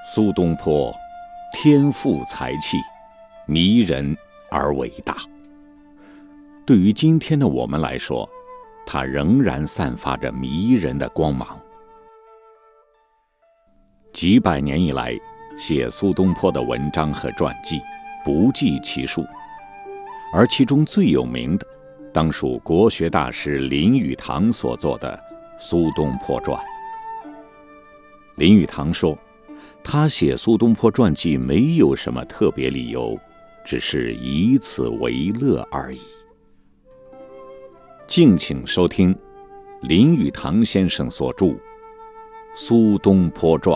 苏东坡天赋才气，迷人而伟大。对于今天的我们来说，他仍然散发着迷人的光芒。几百年以来，写苏东坡的文章和传记不计其数，而其中最有名的当属国学大师林语堂所作的《苏东坡传》。林语堂说，他写苏东坡传记没有什么特别理由，只是以此为乐而已。敬请收听林语堂先生所著《苏东坡传》。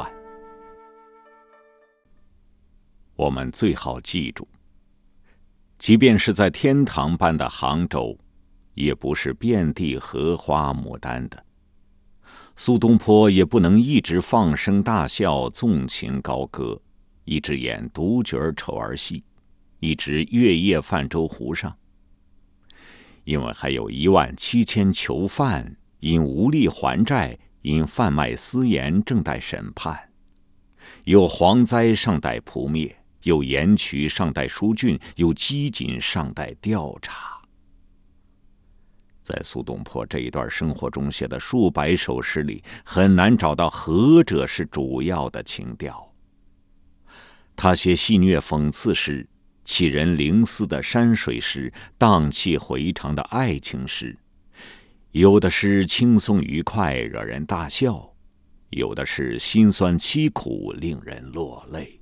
我们最好记住，即便是在天堂般的杭州，也不是遍地荷花牡丹的。苏东坡也不能一直放声大笑，纵情高歌，一直演独角丑儿戏，一直月夜泛舟湖上。因为还有17000囚犯因无力还债，因贩卖私盐正待审判，有蝗灾尚待扑灭，有盐渠尚待疏浚，有饥馑尚待调查。在苏东坡这一段生活中写的数百首诗里，很难找到何者是主要的情调。他写戏谑讽刺诗，启人灵思的山水诗，荡气回肠的爱情诗，有的诗轻松愉快，惹人大笑，有的是辛酸凄苦，令人落泪。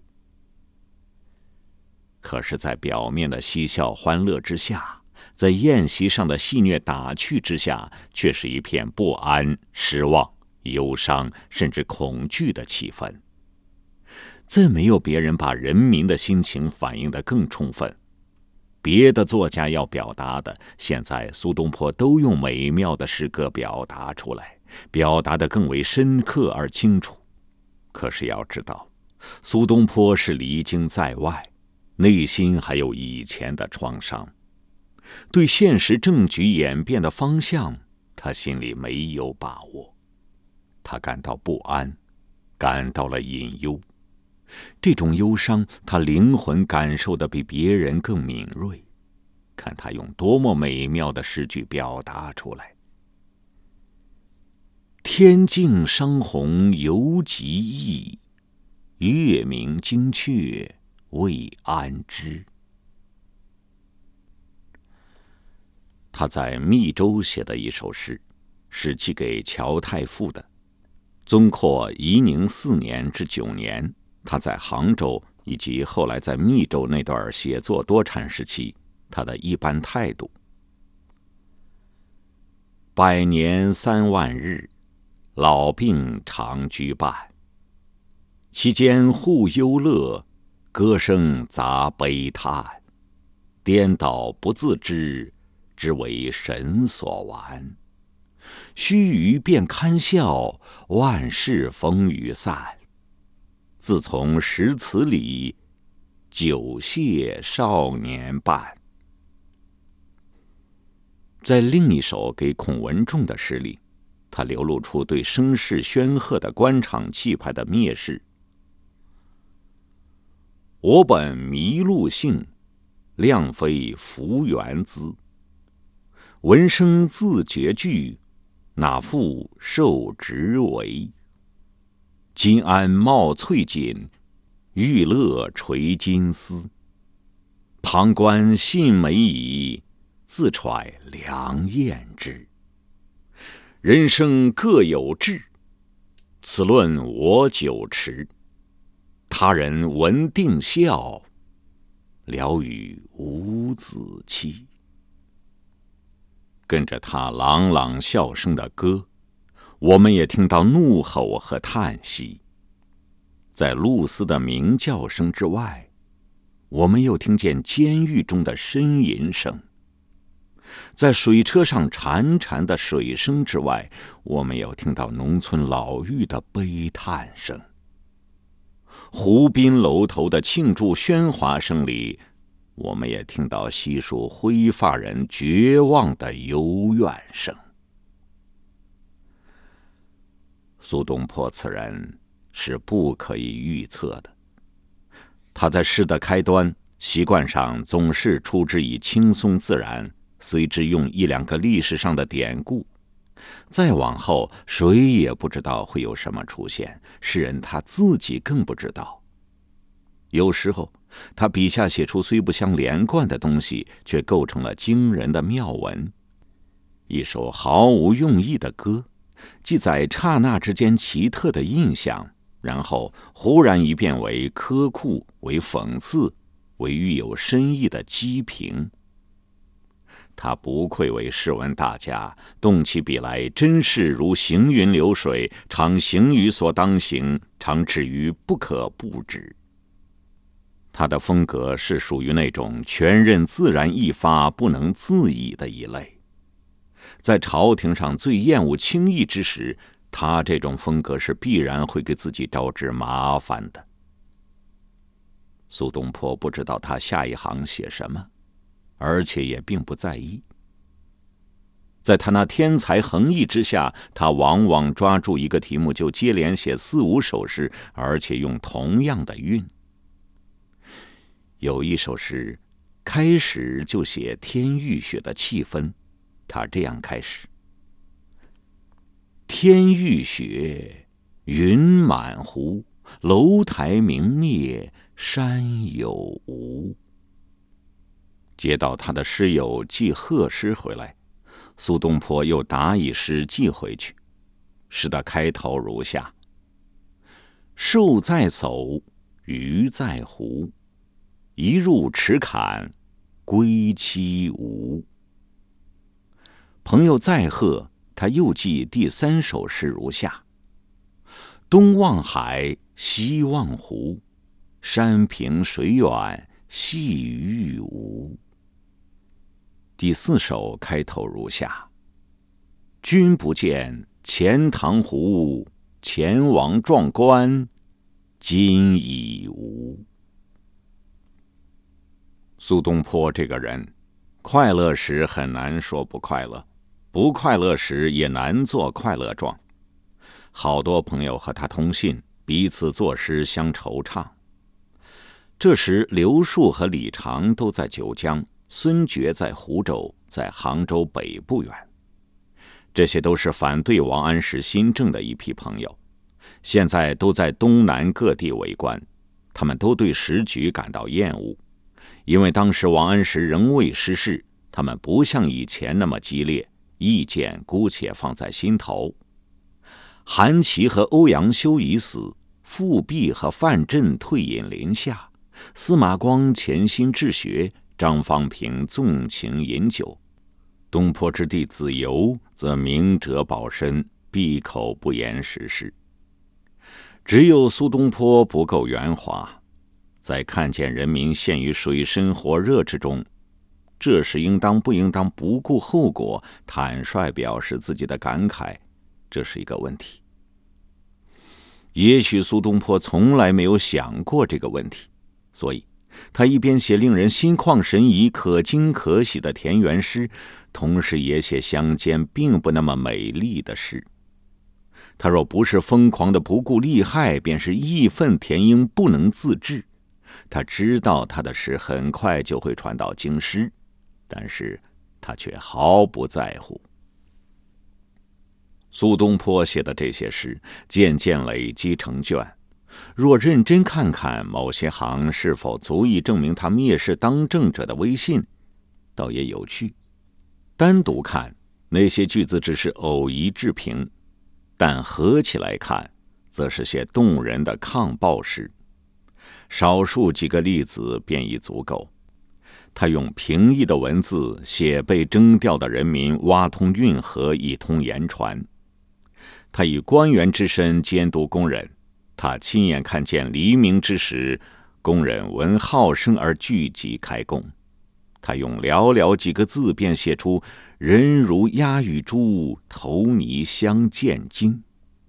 可是在表面的嬉笑欢乐之下，在宴席上的戏谑打趣之下，却是一片不安、失望、忧伤，甚至恐惧的气氛。再没有别人把人民的心情反映得更充分。别的作家要表达的，现在苏东坡都用美妙的诗歌表达出来，表达得更为深刻而清楚。可是要知道，苏东坡是离京在外，内心还有以前的创伤，对现实政局演变的方向，他心里没有把握。他感到不安，感到了隐忧。这种忧伤，他灵魂感受得比别人更敏锐。看他用多么美妙的诗句表达出来：天净商鸿犹极易，月明惊鹊未安知。他在密州写的一首诗，是寄给乔太傅的，宗括宜宁4年至9年，他在杭州以及后来在密州那段写作多产时期，他的一般态度。100年3万日，老病常居伴，其间互忧乐，歌声杂悲叹，颠倒不自知，只为神所玩。须臾便堪笑，万事风雨散。自从识此理，久谢少年伴。在另一首给孔文仲的诗里，他流露出对声势煊赫的官场气派的蔑视。我本麋鹿性，量非福元姿。闻声自觉惧，哪复受职为。今安帽翠锦，玉勒垂金丝。旁观信美矣，自揣良厌之。人生各有志，此论我久持。他人闻定笑，聊与伍子期。跟着他朗朗笑声的歌，我们也听到怒吼和叹息。在露丝的鸣叫声之外，我们又听见监狱中的呻吟声。在水车上潺潺的水声之外，我们又听到农村老妪的悲叹声。湖滨楼头的庆祝喧哗声里，我们也听到悉数灰发人绝望的幽怨声。苏东坡此人是不可以预测的。他在诗的开端习惯上总是出之以轻松自然，随之用一两个历史上的典故，再往后谁也不知道会有什么出现，诗人他自己更不知道。有时候他笔下写出虽不相连贯的东西，却构成了惊人的妙文。一首毫无用意的歌，记载刹那之间奇特的印象，然后忽然一变为苛酷，为讽刺，为寓有深意的讥评。他不愧为诗文大家，动起笔来真是如行云流水，常行于所当行，常止于不可不止。他的风格是属于那种全任自然一发，不能自已的一类。在朝廷上最厌恶轻易之时，他这种风格是必然会给自己招致麻烦的。苏东坡不知道他下一行写什么，而且也并不在意。在他那天才横溢之下，他往往抓住一个题目就接连写4、5首诗，而且用同样的韵。有一首诗开始就写天欲雪的气氛，他这样开始：天欲雪，云满湖，楼台明灭，山有无。接到他的诗友寄贺诗回来，苏东坡又答以诗寄回去。诗的开头如下：树在叟，鱼在湖，一入池坎，归期无。朋友再贺，他又寄第3首诗如下：东望海，西望湖，山平水远，细雨无。第4首开头如下：君不见，钱塘湖，前王壮观，今已无。苏东坡这个人，快乐时很难说不快乐，不快乐时也难做快乐状。好多朋友和他通信，彼此作诗相惆怅。这时刘树和李常都在九江，孙觉在湖州，在杭州北不远。这些都是反对王安石新政的一批朋友，现在都在东南各地为官。他们都对时局感到厌恶，因为当时王安石仍未失势，他们不像以前那么激烈，意见姑且放在心头。韩琦和欧阳修已死，富弼和范震退隐林下，司马光潜心治学，张方平纵情饮酒。东坡之弟子由则明哲保身，闭口不言时事。只有苏东坡不够圆滑，在看见人民陷于水深火热之中，这时应当不应当不顾后果，坦率表示自己的感慨，这是一个问题。也许苏东坡从来没有想过这个问题，所以他一边写令人心旷神怡、可惊可喜的田园诗，同时也写乡间并不那么美丽的诗。他若不是疯狂的不顾利害，便是义愤填膺，不能自制。他知道他的诗很快就会传到京师，但是他却毫不在乎。苏东坡写的这些诗渐渐累积成卷，若认真看看某些行是否足以证明他蔑视当政者的威信，倒也有趣。单独看，那些句子只是偶一置评，但合起来看，则是些动人的抗暴诗。少数几个例子便已足够。他用平易的文字写被征调的人民挖通运河，以通言传。他以官员之身监督工人，他亲眼看见黎明之时，工人闻号声而聚集开工。他用寥寥几个字便写出人如鸦与猪，投泥相见惊。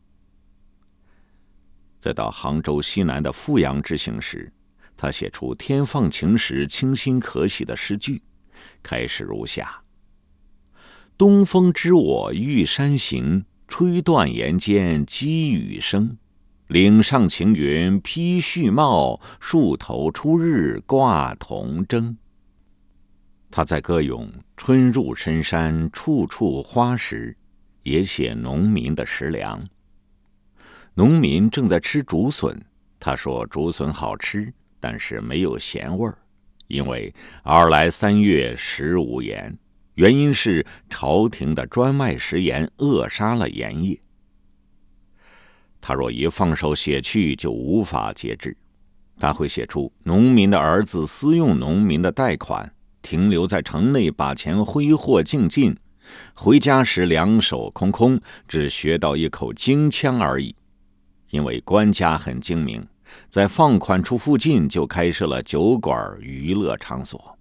再到杭州西南的富阳之行时，他写出天放晴时清新可喜的诗句，开始如下：东风知我玉山行，吹断岩间积雨声。 岭上晴云披絮帽，树头出日挂铜筝。他在歌咏春入深山处处花时，也写农民的食粮。农民正在吃竹笋，他说竹笋好吃，但是没有咸味儿，因为2来3月食无盐，原因是朝廷的专卖食盐扼杀了盐业。他若一放手写去，就无法节制。他会写出农民的儿子私用农民的贷款，停留在城内把钱挥霍净尽，回家时两手空空，只学到一口京腔而已。因为官家很精明，在放款处附近就开设了酒馆娱乐场所。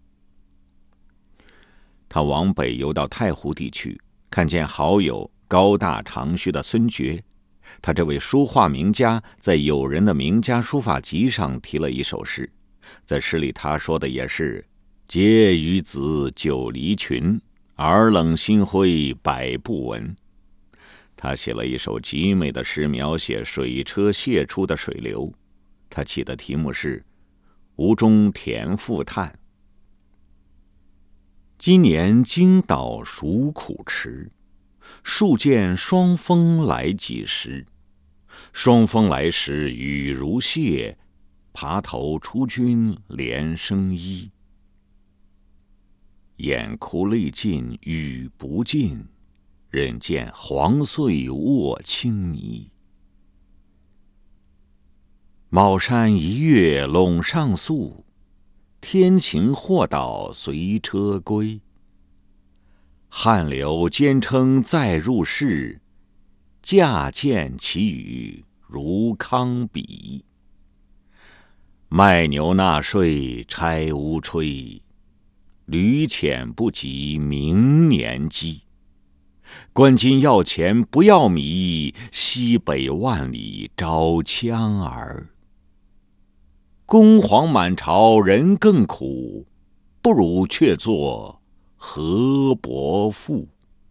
他往北游到太湖地区，看见好友高大长须的孙觉。他这位书画名家在友人的名家书法集上题了一首诗，在诗里他说的也是嗟余子久离群，耳冷心灰百不闻。他写了一首极美的诗，描写水车泄出的水流。他起的题目是吴中田赋叹。今年京岛暑苦迟，数见霜风来几时。霜风来时雨如泻，爬头出军连生衣。眼哭泪尽雨不尽，人见黄穗卧青泥。卯山一月陇上宿，天晴或倒随车归。汗流兼称再入室，驾见其语如康比。卖牛纳税拆屋炊，驴浅不及明年饥。关今要钱不要米，西北万里招枪儿。公皇满朝人更苦，不如却做河伯父。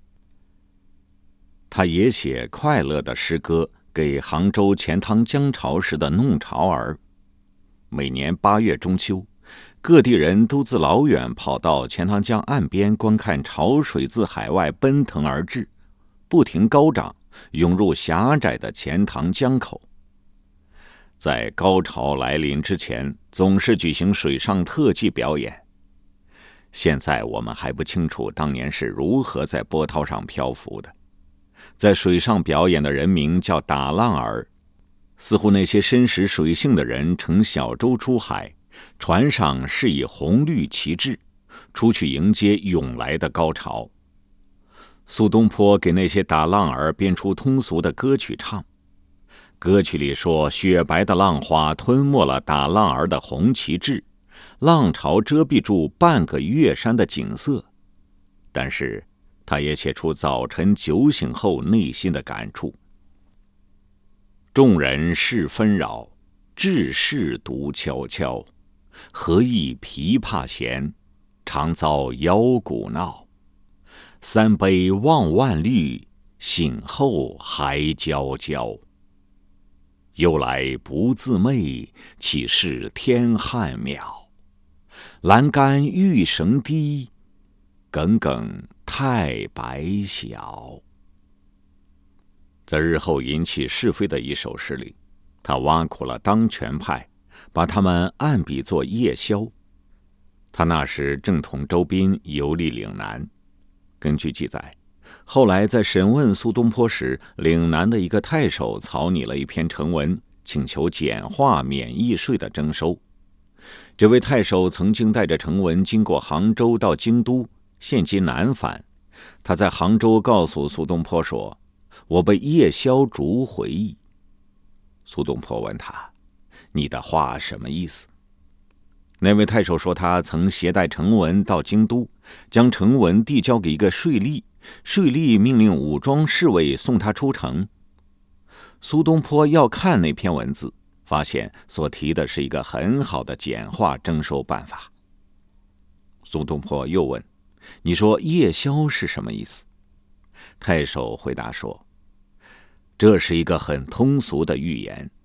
他也写快乐的诗歌给杭州钱塘江潮时的弄潮儿。每年8月中秋，各地人都自老远跑到钱塘江岸边观看潮水自海外奔腾而至，不停高涨，涌入狭窄的钱塘江口。在高潮来临之前，总是举行水上特技表演。现在我们还不清楚当年是如何在波涛上漂浮的。在水上表演的人名叫打浪儿，似乎那些深识水性的人乘小舟出海，船上是以红绿旗帜，出去迎接涌来的高潮。苏东坡给那些打浪儿编出通俗的歌曲唱，歌曲里说雪白的浪花吞没了打浪儿的红旗帜，浪潮遮蔽住半个月山的景色。但是他也写出早晨酒醒后内心的感触。众人事纷扰，志士独悄悄。何以琵琶弦，常遭腰鼓闹。三杯望万绿，醒后还娇娇。由来不自媚，岂是天汉渺。栏杆玉绳低，耿耿太白晓。在日后引起是非的一首诗里，他挖苦了当权派，把他们暗比作夜宵。他那时正同周斌游历岭南。根据记载，后来在审问苏东坡时，岭南的一个太守草拟了一篇呈文，请求简化免役税的征收。这位太守曾经带着呈文经过杭州到京都，现今南返。他在杭州告诉苏东坡说：“我被夜宵逐回忆。”苏东坡问他：“你的话什么意思？”那位太守说他曾携带呈文到京都，将呈文递交给一个税吏，税吏命令武装侍卫送他出城。苏东坡要看那篇文字，发现所提的是一个很好的简化征收办法。苏东坡又问：“你说夜宵是什么意思？”太守回答说：“这是一个很通俗的寓言，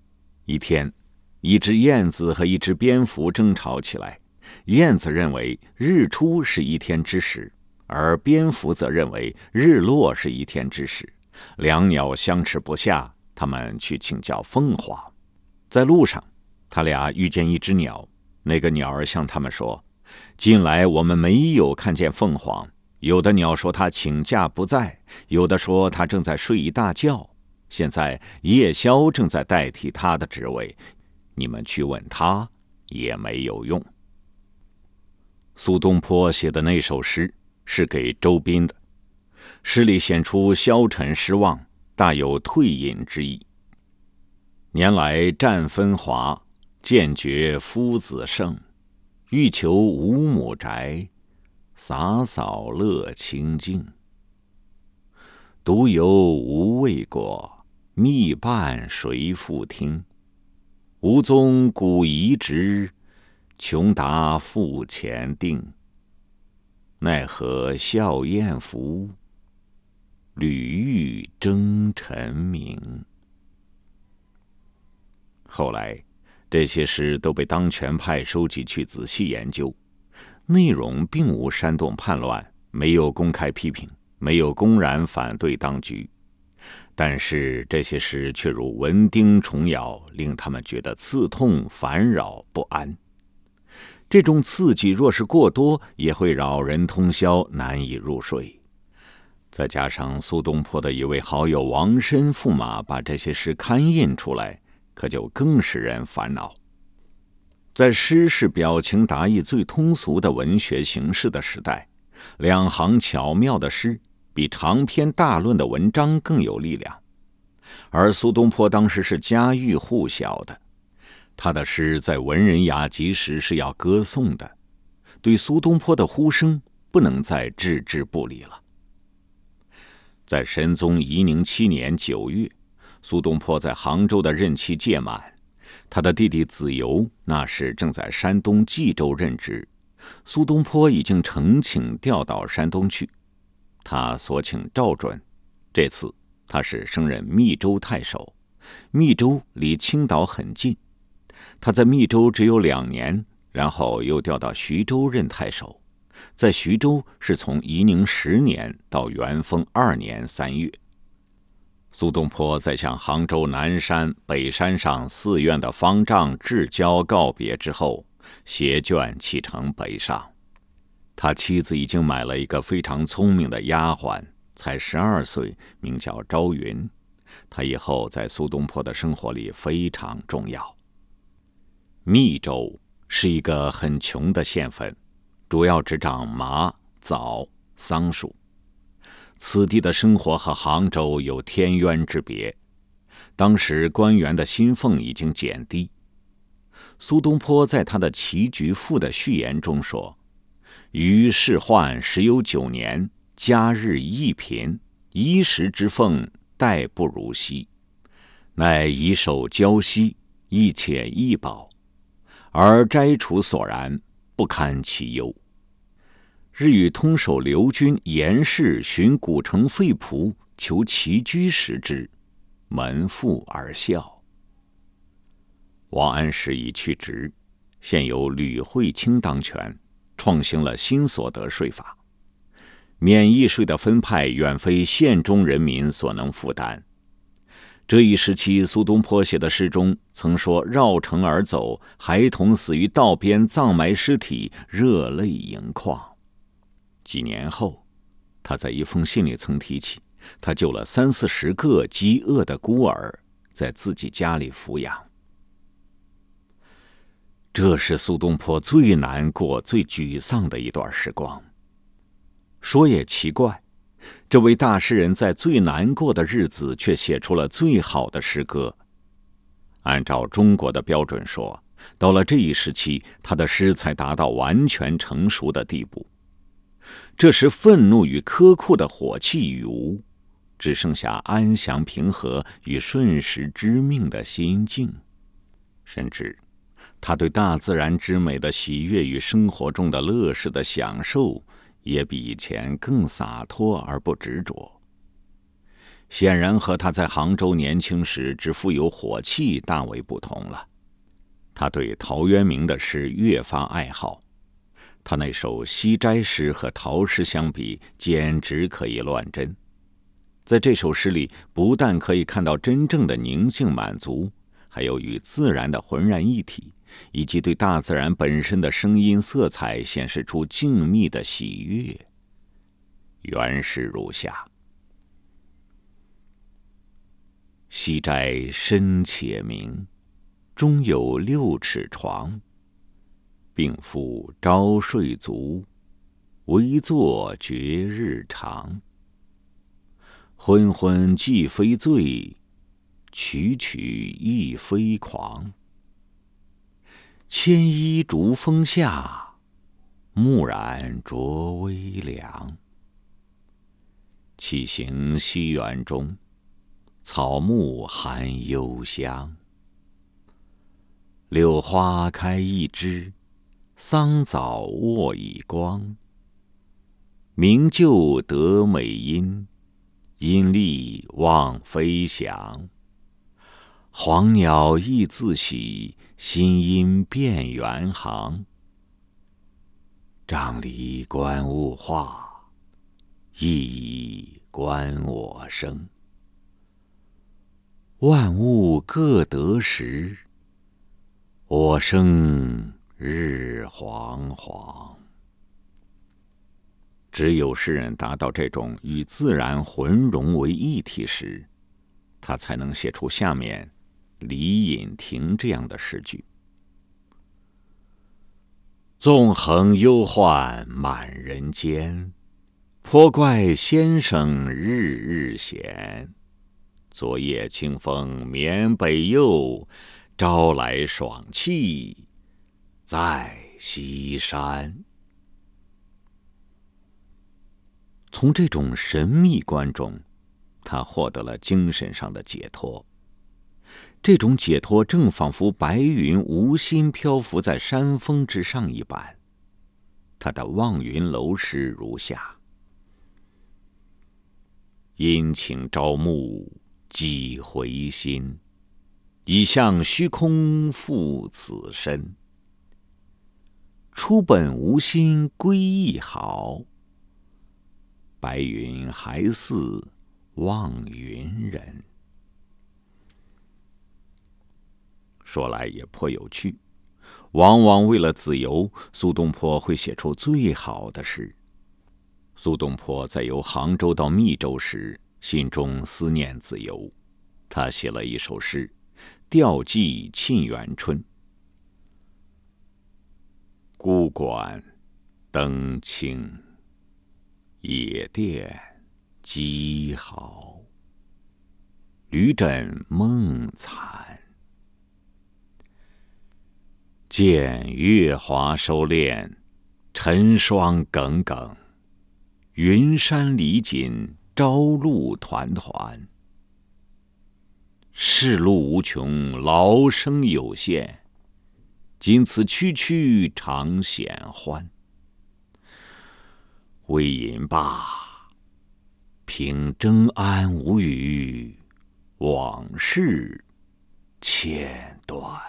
一天，一只燕子和一只蝙蝠争吵起来。燕子认为日出是一天之始，而蝙蝠则认为日落是一天之始。两鸟相持不下，他们去请教凤凰。在路上，他俩遇见一只鸟，那个鸟儿向他们说：“近来我们没有看见凤凰。有的鸟说他请假不在，有的说他正在睡一大觉。现在夜宵正在代替他的职位，你们去问他也没有用。”苏东坡写的那首诗是给周斌的，诗里显出消沉失望，大有退隐之意。年来占分华，渐觉夫子盛。欲求五亩宅，洒扫乐清净。独有无未果，密伴谁复听？无踪古遗直，穷达复前定。奈何笑雁服，屡欲征尘名。后来，这些诗都被当权派收集去仔细研究，内容并无煽动叛乱，没有公开批评，没有公然反对当局。但是这些诗却如蚊叮虫咬，令他们觉得刺痛、烦扰、不安。这种刺激若是过多，也会扰人通宵，难以入睡。再加上苏东坡的一位好友王申驸马把这些诗刊印出来，可就更使人烦恼。在诗是表情达意最通俗的文学形式的时代，两行巧妙的诗比长篇大论的文章更有力量。而苏东坡当时是家喻户晓的，他的诗在文人雅集时是要歌颂的，对苏东坡的呼声不能再置之不理了。在神宗宜宁7年9月，苏东坡在杭州的任期届满，他的弟弟子由那时正在山东冀州任职，苏东坡已经呈请调到山东去。他所请赵准，这次他是升任密州太守，密州离青岛很近。他在密州只有2年，然后又调到徐州任太守，在徐州是从宜宁10年到元丰2年3月。苏东坡在向杭州南山、北山上4院的方丈至交告别之后，携眷启程北上。他妻子已经买了一个非常聪明的丫鬟，才12岁，名叫朝云。他以后在苏东坡的生活里非常重要。密州是一个很穷的县份，主要只长麻、枣、桑树。此地的生活和杭州有天渊之别。当时官员的薪俸已经减低。苏东坡在他的《棋局赋》的序言中说：“余仕宦时有9年，家日益贫，衣食之俸殆不如昔。乃以手交息，亦且易饱，而摘除所然，不堪其忧。日与通守刘军严氏寻古城废仆，求其居食之，门复而笑。”王安石已去职，现由吕惠卿当权，创新了新所得税法。免役税的分派远非县中人民所能负担。这一时期，苏东坡写的诗中曾说绕城而走，孩童死于道边葬埋尸体，热泪盈眶。几年后，他在一封信里曾提起，他救了30-40个饥饿的孤儿，在自己家里抚养。这是苏东坡最难过、最沮丧的一段时光。说也奇怪，这位大诗人在最难过的日子却写出了最好的诗歌。按照中国的标准说，到了这一时期，他的诗才达到完全成熟的地步。这时愤怒与苛酷的火气已无，只剩下安详平和与顺时知命的心境。甚至他对大自然之美的喜悦与生活中的乐事的享受，也比以前更洒脱而不执着。 显然和他在杭州年轻时只富有火气大为不同了。他对陶渊明的诗越发爱好，他那首西斋诗和陶诗相比，简直可以乱真。在这首诗里，不但可以看到真正的宁静满足，还有与自然的浑然一体，以及对大自然本身的声音色彩显示出静谧的喜悦。原诗如下：西斋深且明，中有6尺床，病夫朝睡足，唯坐觉日长。昏昏既非醉，曲曲亦非狂。牵衣逐风下，木然着微凉。起行西园中，草木含幽香。柳花开一枝，桑枣卧以光。名就得美音，阴丽望飞翔。黄鸟亦自喜，新音变圆行。丈离观物化，意以观我生。万物各得时，我生日惶惶。只有诗人达到这种与自然浑融为一体时，他才能写出下面李隐亭这样的诗句：纵横忧患满人间，颇怪先生日日闲。昨夜清风眠北右，朝来爽气在西山。从这种神秘观中，他获得了精神上的解脱。这种解脱正仿佛白云无心漂浮在山峰之上一般。他的望云楼诗如下：阴晴朝暮几回心，已向虚空负此身。初本无心归亦好，白云还似望云人。说来也颇有趣，往往为了自由，苏东坡会写出最好的诗。苏东坡在由杭州到密州时，心中思念自由，他写了一首诗调寄沁园春。孤馆灯清，野店鸡嚎。旅枕梦残，见月华收敛，晨霜耿耿。云山离锦，朝露团团。世路无穷，劳生有限，今此区区常显欢。微饮罢，凭征安无语，往事千端。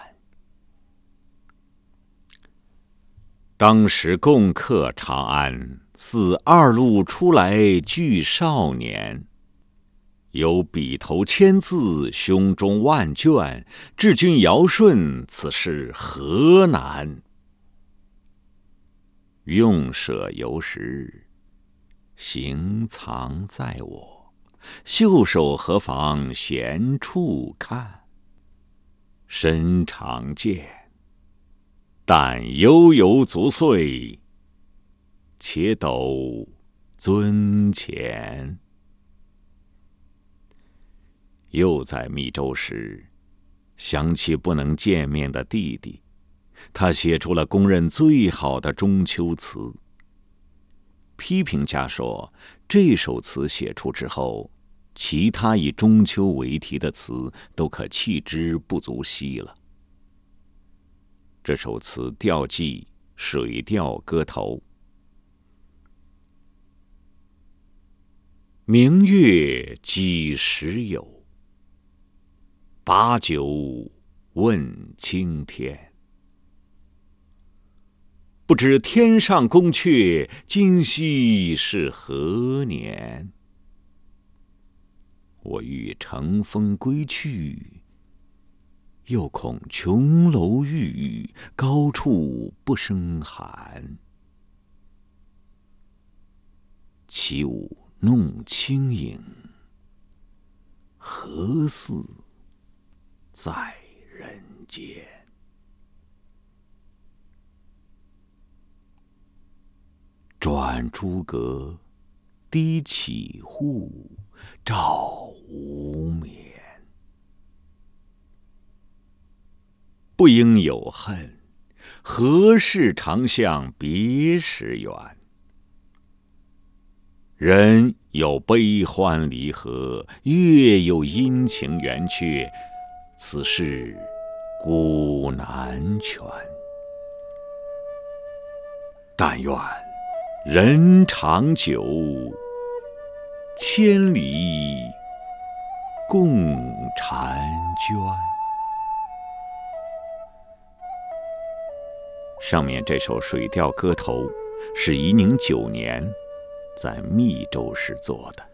当时共客长安，似二路出来聚少年。有笔头千字，胸中万卷，治君尧舜，此事何难？用舍由时，行藏在我。袖手何妨闲处看？身长剑，但悠悠足岁，且斗尊前。又在密州时，想起不能见面的弟弟，他写出了公认最好的中秋词。批评家说，这首词写出之后，其他以中秋为题的词都可弃之不足惜了。这首词调寄水调歌头。 明月几时有？把酒问青天。不知天上宫阙，今夕是何年？我欲乘风归去，又恐琼楼玉宇，高处不胜寒。起舞弄清影，何似在人间？转朱阁，低绮户，照无眠。不应有恨，何事长向别时圆？人有悲欢离合，月有阴晴圆缺，此事古难全。但愿人长久，千里共婵娟。上面这首水调歌头是宜宁9年在密州市做的。